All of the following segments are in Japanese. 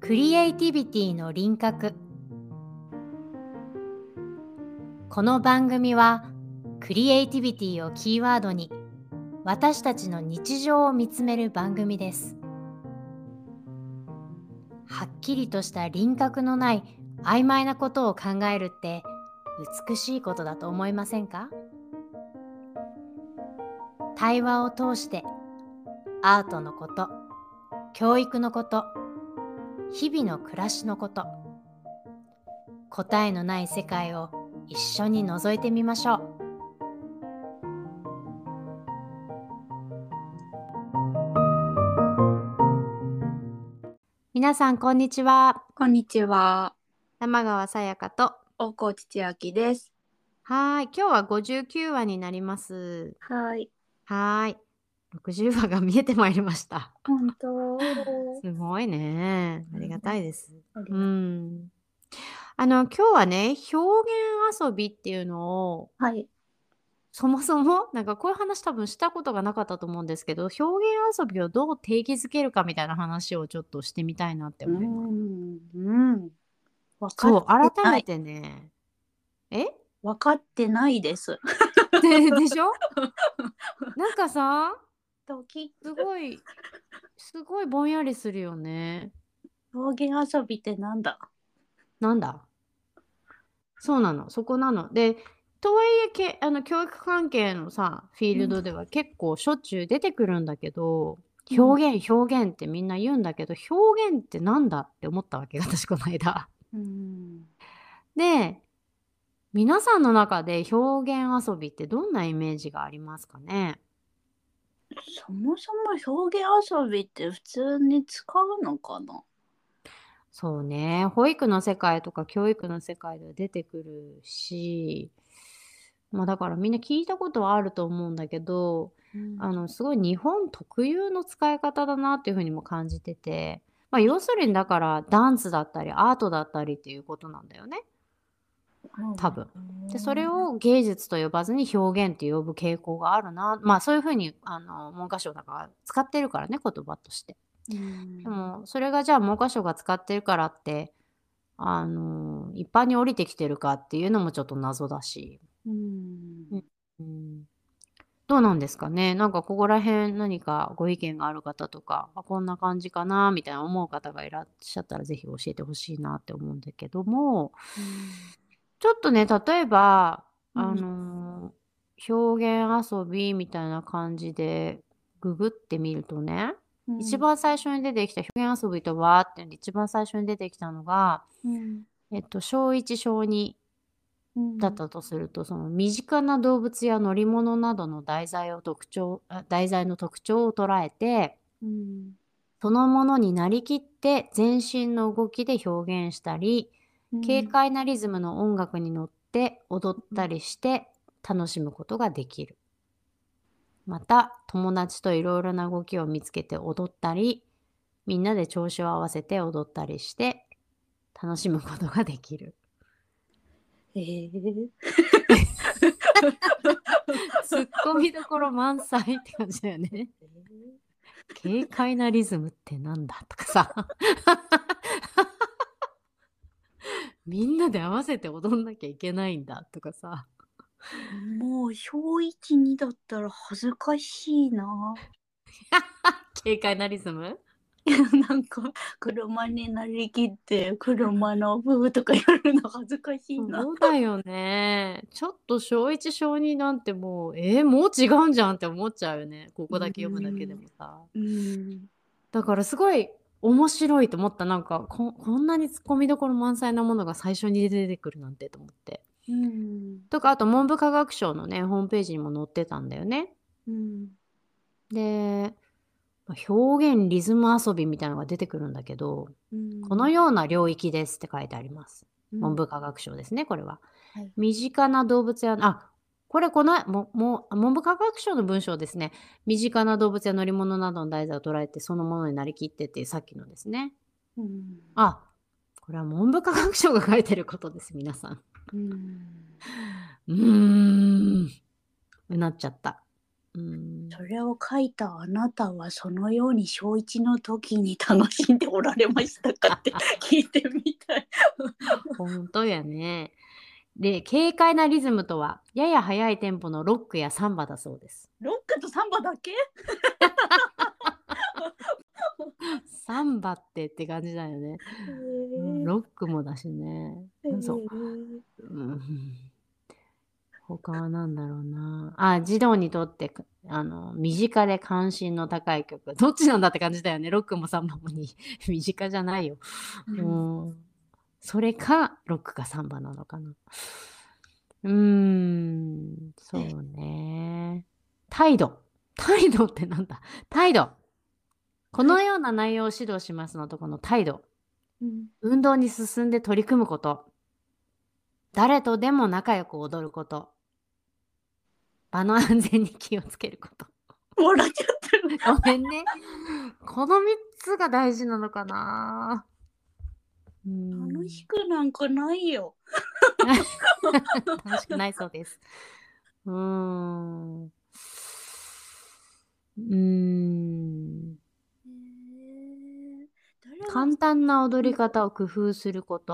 クリエイティビティの輪郭。この番組はクリエイティビティをキーワードに私たちの日常を見つめる番組です。はっきりとした輪郭のない曖昧なことを考えるって美しいことだと思いませんか？対話を通してアートのこと、教育のこと、日々の暮らしのこと、答えのない世界を一緒に覗いてみましょう。皆さんこんにちは。 こんにちは。 玉川さやかと。 大河内千秋です。 今日は59話になります。 はい。 60話が見えてまいりました。 本当。 すごいね。ありがたいです。 ありがと今日はね、表現遊びっていうのを、 う。はい。 そもそも、なんかこういう話多分したことがなかったと思うんですけど、表現遊びをどう定義づけるかみたいな話をちょっとしてみたいなって思います。 分かっそう、 てない。 改めてね。え分かってないです。 でしょなんかさ、 ドキすごいぼんやりするよね。 表現遊びってなんだ？ なんだそうなの、そこなの。で、とはいえ教育関係のさ、フィールドでは結構しょっちゅう出てくるんだけど、 うん。 表現ってみんな言うんだけど、表現ってなんだって思ったわけ、私この間。 うん。 で、皆さんの中で表現遊びってどんなイメージがありますかね？ そもそも表現遊びって普通に使うのかな？ そうね、保育の世界とか教育の世界では出てくるし、だからみんな聞いたことはあると思うんだけど、 うん。 すごい日本特有の使い方だなっていう風にも感じてて、要するにだからダンスだったりアートだったりっていうことなんだよね、多分。で、それを芸術と呼ばずに表現って呼ぶ傾向があるな。そういう風に文科省だから使ってるからね、言葉として。 うん。 でも、それがじゃあ文科省が使ってるからって、一般に降りてきてるかっていうのもちょっと謎だし。 うん。 うん。どうなんですかね。なんかここら辺何かご意見がある方とか、こんな感じかなみたいな思う方がいらっしゃったら、ぜひ教えてほしいなって思うんだけども、 うん。 ちょっとね、例えば、 うん。 表現遊びみたいな感じでググってみるとね、一うん。 番最初に出てきた表現遊びとはっていうんで、一番最初に出てきたのが、 うん。 小1、小2 うん。 だったとすると、その身近な動物や乗り物などの題材の特徴を捉えて、 うん。 そのものになりきって全身の動きで表現したり、軽うん。 快なリズムの音楽に乗って踊ったりして楽しむことができる。また、友達といろいろな動きを見つけて踊ったり、みんなで調子を合わせて踊ったりして楽しむことができる。ツッコミどころ満載って感じだよね。軽快なリズムってなんだとかさ。みんなで合わせて踊んなきゃいけないんだとかさ。 もう小一二だったら恥ずかしいな。 軽快なリズムなんか車になりきって車のブーとかやるの恥ずかしいな。 そうだよね。ちょっと小1、小2なんてもう、もう違うんじゃんって思っちゃうよね。こうこだけ読むだけでん。 もさ。 うん。 だからすごい面白いと思った。なんか、こんなにツッコミどころ満載なものが最初に出てくるなんてと思って。 うん。 とか、あと文部科学省のね、ホームページにも載ってたんだよね。 うん。 で、表現リズム遊びみたいなのが出てくるんだけど、 うん。 このような領域ですって書いてあります。 うん。 文部科学省ですね、これは。 はい。 身近な動物や、文部科学省の文章ですね。身近な動物や乗り物などの題材を捉えて、そのものになりきってっていうさっきのですね。 うん。 あ、これは文部科学省が書いてることです、皆さん。 うん。 うーん、なっちゃった。うーん。 それを書いたあなたはそのように小一の時に楽しんでおられましたかって聞いてみたい。 ほんとやね。で、軽快なリズムとは、やや速いテンポのロックやサンバだそうです。 ロックとサンバだけ？ サンバって感じだよね。ロックもだしね。そう。他は何だろうな。あ、児童にとって、身近で関心の高い曲。どっちなんだって感じだよね。ロックもサンバも身近じゃないよ。それか、ロックかサンバなのかな。そうね。態度。態度ってなんだ？態度。このような内容を指導しますのとこの態度。運動に進んで取り組むこと。誰とでも仲良く踊ること。場の安全に気をつけること。 笑っちゃってる。 ごめんね。この3つが大事なのかな。 楽しくなんかないよ。 楽しくないそうです。簡単な踊り方を工夫すること。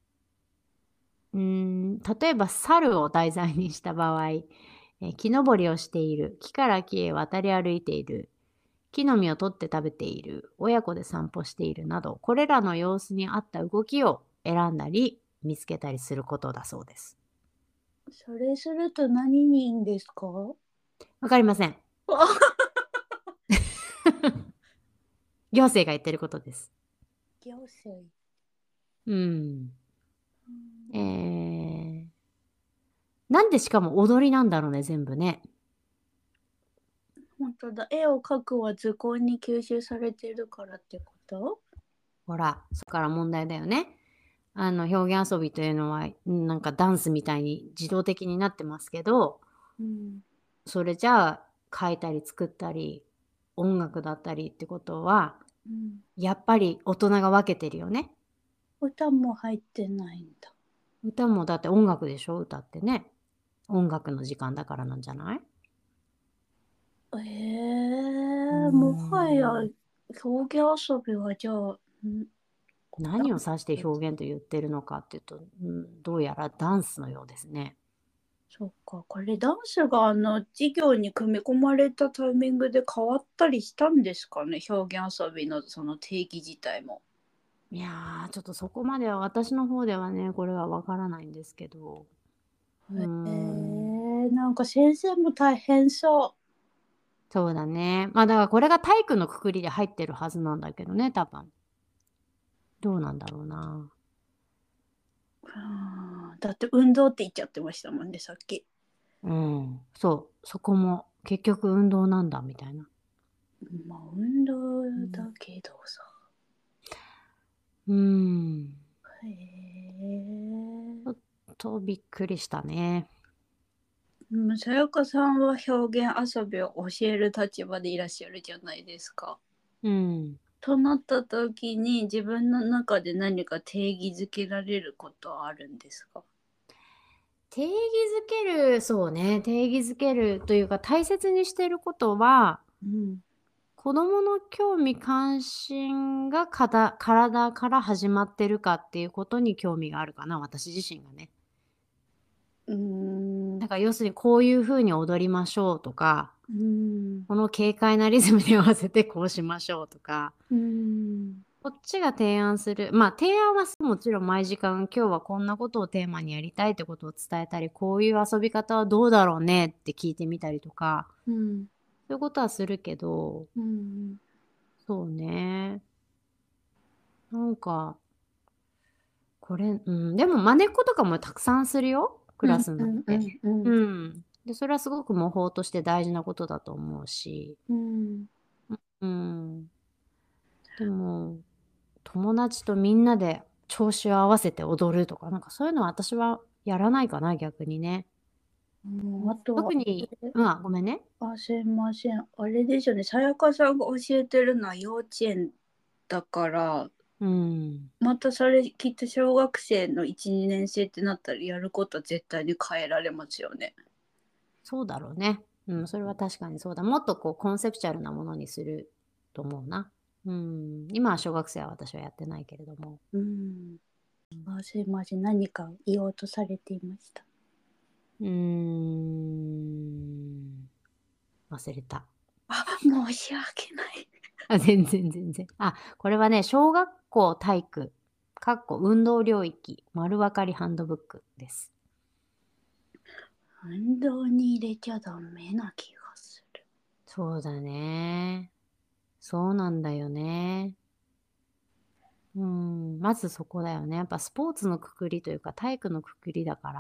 例えば猿を題材にした場合、木登りをしている、木から木へ渡り歩いている、木の実を取って食べている、親子で散歩しているなど、これらの様子に合った動きを選んだり、見つけたりすることだそうです。 それすると何にいいんですか？ わかりません。行政が言ってることです。 行政。 なんでしかも踊りなんだろうね、全部ね。 本当だ。絵を描くは図工に吸収されてるからってこと？ ほら、そこから問題だよね。表現遊びというのは、なんかダンスみたいに自動的になってますけど、それじゃあ、書いたり作ったり、音楽だったりってことは、やっぱり大人が分けてるよね。 歌も入ってないんだ。 歌もだって音楽でしょ、歌ってね。音楽の時間だからなんじゃない？ もはや表現遊びはじゃあ、 何を指して表現と言ってるのかっていうと、どうやらダンスのようですね。 そっか、これダンスが授業に組み込まれたタイミングで変わったりしたんですかね、表現遊びのその定義自体も。 いやー、ちょっとそこまでは私の方ではね、これはわからないんですけど。 なんか先生も大変そう。 そうだね。まあだからこれが体育のくくりで入ってるはずなんだけどね、多分。どうなんだろうな。 だって運動って言っちゃってましたもんね、さっき。 そう。そこも結局運動なんだみたいな。 まあ運動だけどさ。 ちょっとびっくりしたね。 さやかさんは表現遊びを教える立場でいらっしゃるじゃないですか。となった時に自分の中で何か定義づけられることはあるんですか？ 定義づける、そうね、定義づけるというか大切にしてることは、子供の興味関心が体から始まってるかっていうことに興味があるかな、私自身がね。だから要するにこういう風に踊りましょうとか、この軽快なリズムに合わせてこうしましょうとか、こっちが提案する、まあ提案はもちろん毎時間今日はこんなことをテーマにやりたいってことを伝えたり、こういう遊び方はどうだろうねって聞いてみたりとか、そういうことはするけど、そうね。なんか、これ、でも真似っことかもたくさんするよ、クラスの中で。で、それはすごく模倣として大事なことだと思うし。でも、友達とみんなで調子を合わせて踊るとか、なんかそういうのは私はやらないかな、逆にね。 あとは、 特にごめんね。 すいません。あれですよね。さやかさんが教えてるのは幼稚園だから、またそれきっと小学生の1、2年生ってなったらやることは絶対に変えられますよね。 そうだろうね。 それは確かにそうだ。もっとこうコンセプチュアルなものにすると思うな。今は小学生は私はやってないけれども。 すいません。何か言おうとされていました。 忘れた。 申し訳ない。 全然。これはね、小学校体育、運動領域、丸分かりハンドブックです。 運動に入れちゃダメな気がする。 そうだね。そうなんだよね。まずそこだよね。やっぱスポーツのくくりというか体育のくくりだから。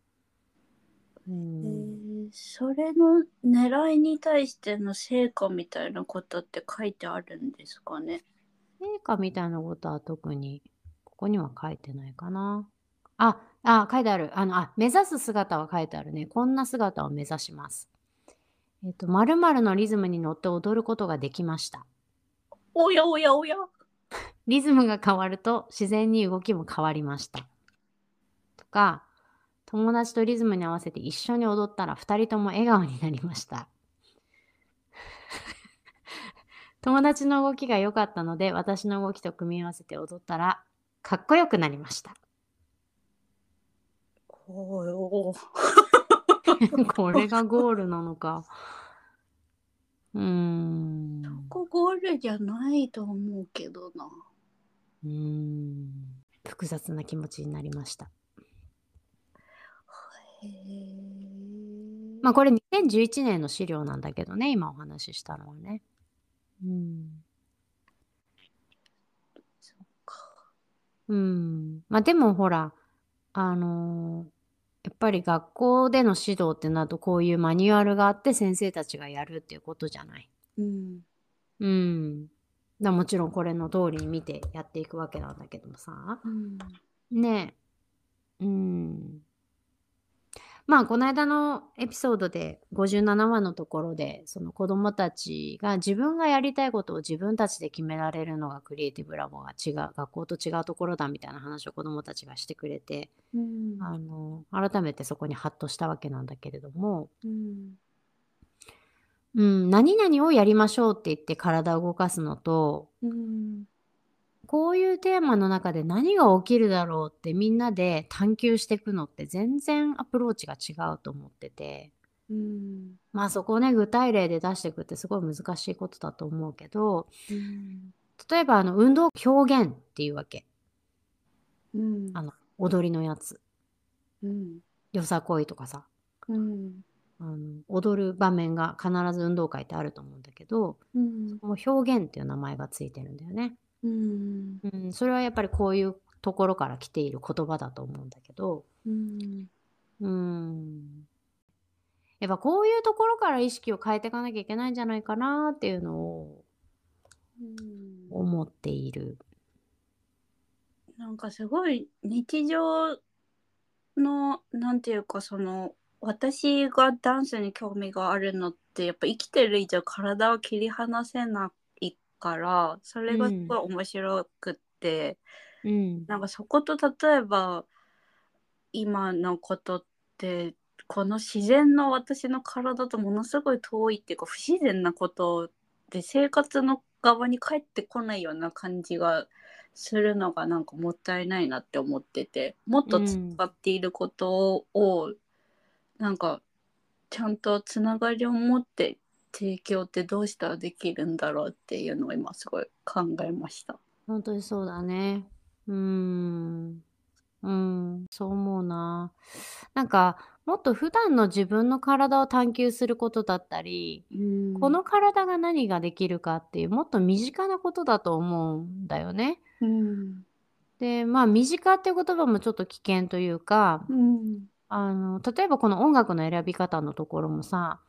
それの狙いに対しての成果みたいなことって書いてあるんですかね。 成果みたいなことは特にここには書いてないかな。書いてある。目指す姿は書いてあるね。こんな姿を目指します。〇〇のリズムに乗って踊ることができました。 おやおやおや。 リズムが変わると自然に動きも変わりました。とか、友達とリズムに合わせて一緒に踊ったら2人とも笑顔になりました。友達の動きが良かったので、私の動きと組み合わせて踊ったらかっこよくなりました。 これがゴールなのか。 そこゴールじゃないと思うけどな。 複雑な気持ちになりました。これ2011年の資料なんだけどね、今お話ししたのはね。 そっか。 でもほら、やっぱり学校での指導ってなるとこういうマニュアルがあって先生たちがやるっていうことじゃない。もちろんこれの通りに見てやっていくわけなんだけどもさ。ねえ。この間のエピソードで57話のところでその子どもたちが自分がやりたいことを自分たちで決められるのがクリエイティブラボが学校と違うところだみたいな話を子どもたちがしてくれて、改めてそこにハッとしたわけなんだけれども、何々をやりましょうって言って体を動かすのと、こういうテーマの中で何が起きるだろうってみんなで探求していくのって全然アプローチが違うと思ってて、そこをね具体例で出していくってすごい難しいことだと思うけど、例えば運動表現っていうわけ、踊りのやつ、よさこいとかさ、踊る場面が必ず運動会ってあると思うんだけど、その表現っていう名前がついてるんだよね。それはやっぱりこういうところから来ている言葉だと思うんだけど、やっぱこういうところから意識を変えていかなきゃいけないんじゃないかなっていうのを思っている。 なんかすごい日常のなんていうかその私がダンスに興味があるのってやっぱ生きてる以上体を切り離せないからそれがすごい面白くって、なんかそこと例えば今のことってこの自然の私の体とものすごい遠いっていうか不自然なことで生活の側に返ってこないような感じがするのがなんかもったいないなって思ってて、もっと使っていることをなんかちゃんとつながりを持って提供ってどうしたらできるんだろうっていうのを今すごい考えました。 本当にそうだね。そう思うな。なんかもっと普段の自分の体を探求することだったり、この体が何ができるかっていうもっと身近なことだと思うんだよね。で身近っていう言葉もちょっと危険というか、例えばこの音楽の選び方のところもさ、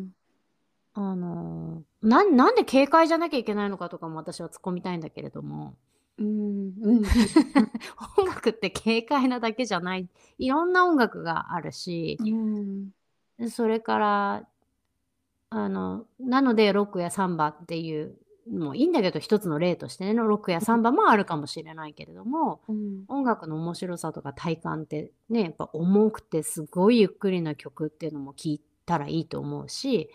なんで軽快じゃなきゃいけないのかとかも私は突っ込みたいんだけれども。音楽って軽快なだけじゃない、いろんな音楽があるし、それからなのでロックやサンバっていうもういいんだけど一つの例としてね、ロックやサンバもあるかもしれないけれども、音楽の面白さとか体感ってねやっぱ重くてすごいゆっくりな曲っていうのも聴いたらいいと思うし、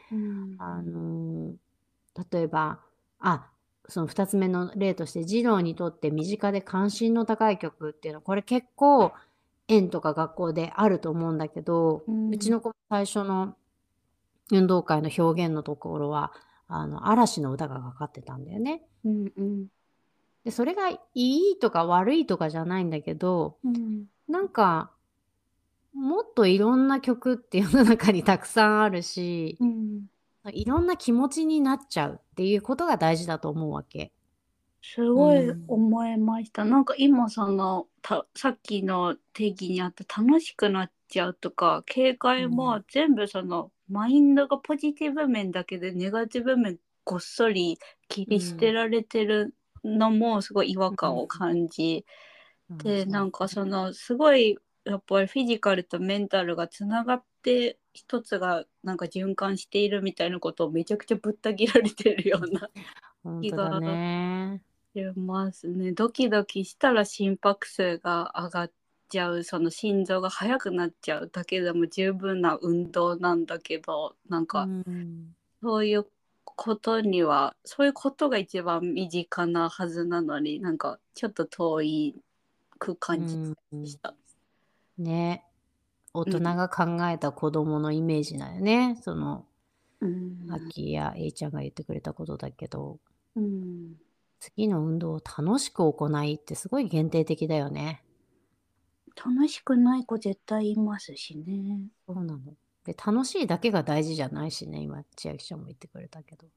例えば、その2つ目の例として、児童にとって身近で関心の高い曲っていうのは、これ結構園とか学校であると思うんだけど、うちの子最初の運動会の表現のところは、嵐の歌がかかってたんだよね。で、それがいいとか悪いとかじゃないんだけど、なんか、もっといろんな曲って世の中にたくさんあるし、いろんな気持ちになっちゃうっていうことが大事だと思うわけ。 すごい思いました。なんか今さっきの定義にあった楽しくなっちゃうとか警戒も全部そのマインドがポジティブ面だけでネガティブ面ごっそり切り捨てられてるのもすごい違和感を感じ、でなんかそのすごいやっぱりフィジカルとメンタルがつながって一つがなんか循環しているみたいなことをめちゃくちゃぶった切られてるような気がしますね。ドキドキしたら心拍数が上がっちゃう、その心臓が速くなっちゃうだけでも十分な運動なんだけど、なんかそういうことにはそういうことが一番身近なはずなのに、なんかちょっと遠いく感じでした。 ね。大人が考えた子供のイメージだよね。その、アキやエイちゃんが言ってくれたことだけど、次の運動を楽しく行いってすごい限定的だよね。 楽しくない子絶対いますしね。 そうなの。で、楽しいだけが大事じゃないしね、今、千秋ちゃんも言ってくれたけど。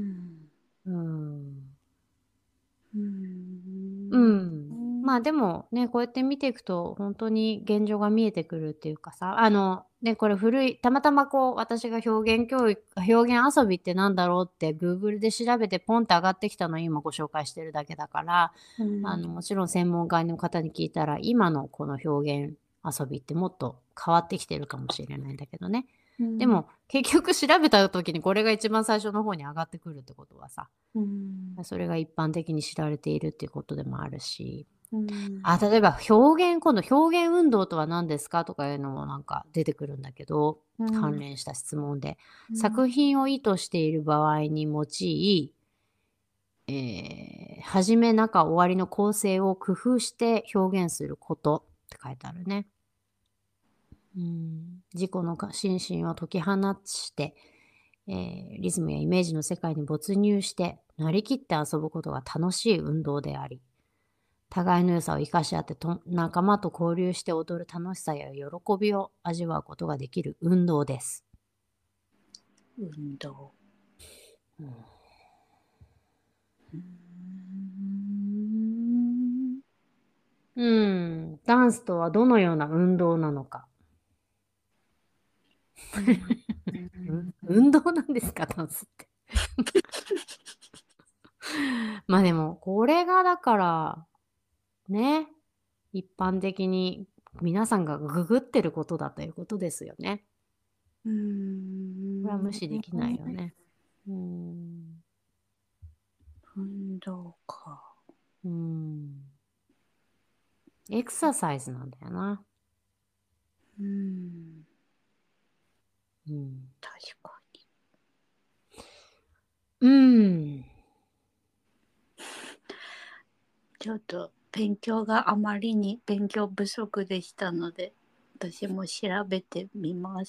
まあでもね、こうやって見ていくと、本当に現状が見えてくるっていうかさ、ね、これたまたまこう、私が表現遊びってなんだろうって Google で調べてポンって上がってきたのを今ご紹介してるだけだから、もちろん専門家の方に聞いたら、今のこの表現遊びってもっと変わってきてるかもしれないんだけどね。でも結局調べた時にこれが一番最初の方に上がってくるってことはさ、それが一般的に知られているっていうことでもあるし、例えば今度表現運動とは何ですかとかいうのもなんか出てくるんだけど、関連した質問で、作品を意図している場合に用い、初め中終わりの構成を工夫して表現することって書いてあるね。自己の心身を解き放して、リズムやイメージの世界に没入してなりきって遊ぶことが楽しい運動であり、互いの良さを生かし合って仲間と交流して踊る楽しさや喜びを味わうことができる運動です。 運動。 ダンスとはどのような運動なのか。運動なんですか、ダンスって。まあでも、これがだから、ね、一般的に皆さんがググってることだということですよね。これは無視できないよね。 運動か。 エクササイズなんだよな。 確かに。 ちょっと勉強があまりに勉強不足でしたので、私も調べてみます。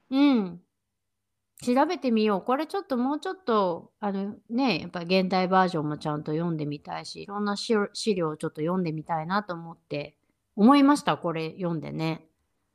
調べてみよう。これちょっともうちょっと、やっぱり現代バージョンもちゃんと読んでみたいし、いろんな資料をちょっと読んでみたいなと思いました。これ読んでね。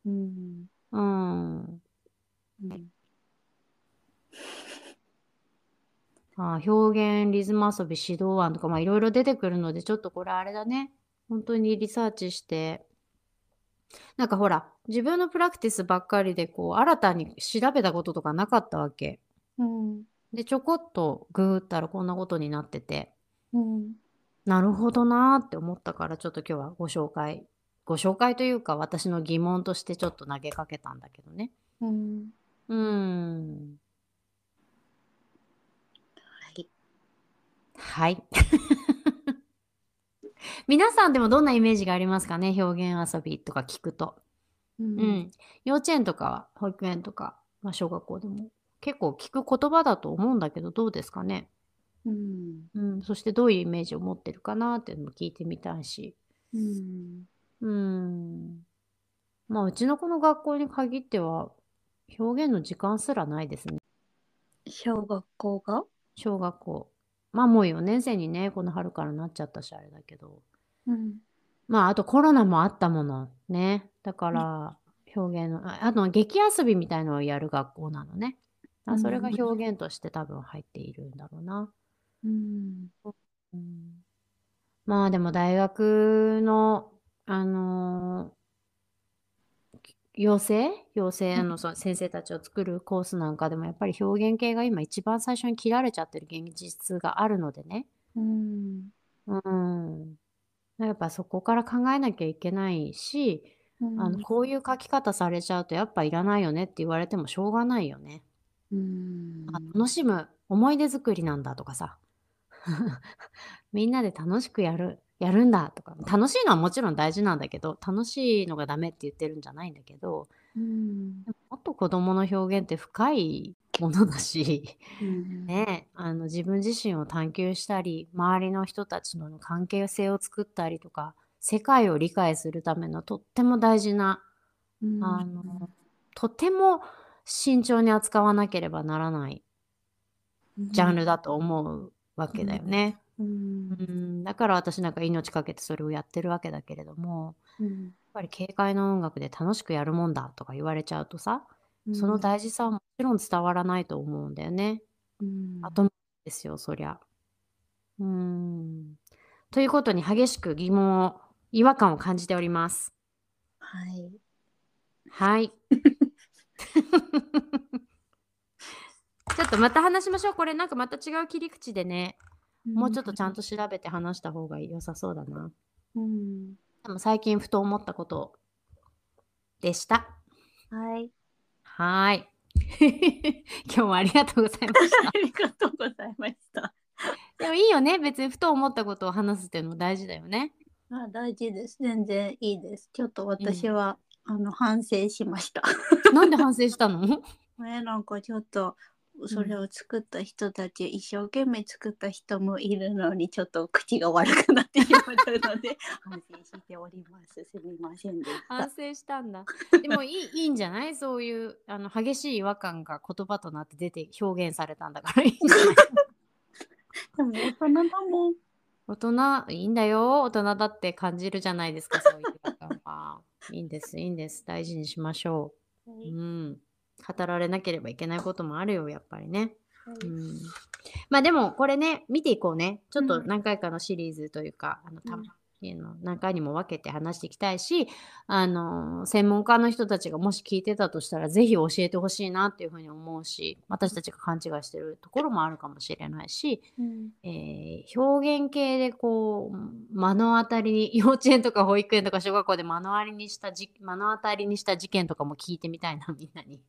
表現、リズム遊び、指導案とか、いろいろ出てくるので、ちょっとこれあれだね。本当にリサーチして、なんかほら、自分のプラクティスばっかりで、こう、新たに調べたこととかなかったわけ。で、ちょこっとググったらこんなことになってて、なるほどなーって思ったから、ちょっと今日はご紹介というか、私の疑問としてちょっと投げかけたんだけどね。はい。皆さんでもどんなイメージがありますかね、表現遊びとか聞くと。幼稚園とか保育園とか小学校でも。結構聞く言葉だと思うんだけど、どうですかね？そしてどういうイメージを持ってるかなっていうのも聞いてみたいし。うちの子の学校に限っては、表現の時間すらないですね。 小学校が？ 小学校。もう4年生にね、この春からなっちゃったし、あれだけど。あとコロナもあったものね。だから、表現の、あと劇遊びみたいのをやる学校なのね。それが表現として多分入っているんだろうな。でも大学の、養成先生たちを作るコースなんかでもやっぱり表現系が今一番最初に切られちゃってる現実があるのでね。やっぱそこから考えなきゃいけないし、こういう書き方されちゃうとやっぱいらないよねって言われてもしょうがないよね。楽しむ思い出作りなんだとかさ。みんなで楽しくやるんだとか、楽しいのはもちろん大事なんだけど、楽しいのがダメって言ってるんじゃないんだけど、でももっと子供の表現って深いものだし、ね、自分自身を探求したり、周りの人たちの関係性を作ったりとか、世界を理解するためのとっても大事な、とても慎重に扱わなければならないジャンルだと思うわけだよね。だから私なんか命かけてそれをやってるわけだけれども、やっぱり軽快な音楽で楽しくやるもんだとか言われちゃうとさ、その大事さはもちろん伝わらないと思うんだよね。後回しですよ、そりゃ。ということに激しく違和感を感じております。 はい。 はい。ちょっとまた話しましょう。これなんかまた違う切り口でね、もうちょっとちゃんと調べて話した方が良さそうだな。でも最近ふと思ったことでした。 はい。 はい。今日もありがとうございました。 ありがとうございました。 でもいいよね。別にふと思ったことを話すっていうのも大事だよね。 大事です。全然いいです。ちょっと私は、反省しました。 なんで反省したの？ なんかちょっとそれを作った人たち、一生懸命作った人もいるのにちょっと口が悪くなってしまったので反省しております。すみませんでした。 反省したんだ。でもいいんじゃない？そういう激しい違和感が言葉となって表現されたんだからいいんじゃない？ でも大人だもん。 大人いいんだよ。大人だって感じるじゃないですか、そういう違和感は。いいんです、いいんです。大事にしましょう。語られなければいけないこともあるよ、やっぱりね。でもこれね、見ていこうね。ちょっと何回かのシリーズというか、何回にも分けて話していきたいし、専門家の人たちがもし聞いてたとしたら、ぜひ教えてほしいなっていうふうに思うし、私たちが勘違いしてるところもあるかもしれないし、表現系でこう、目の当たりに、幼稚園とか保育園とか小学校で目の当たりにした事件とかも聞いてみたいな、みんなに。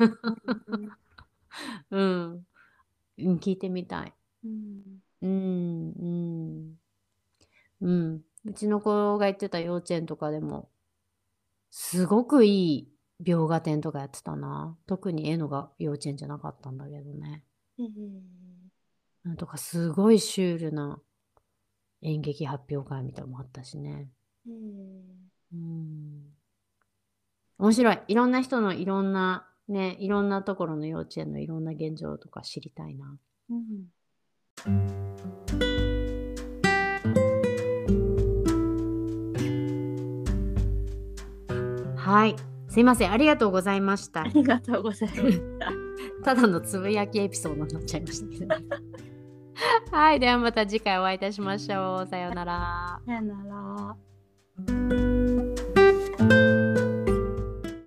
聞いてみたい。うちの子が行ってた幼稚園とかでも、すごくいい描画展とかやってたな。特に絵のが幼稚園じゃなかったんだけどね。なんとかすごいシュールな演劇発表会みたいなのもあったしね。面白い。いろんな人のいろんなところの幼稚園のいろんな現状とか知りたいな。はい。すいません。ありがとうございました。 ありがとうございました。 ただのつぶやきエピソードになっちゃいましたけど、ね。はい。ではまた次回お会いいたしましょう。さようなら。 さようなら。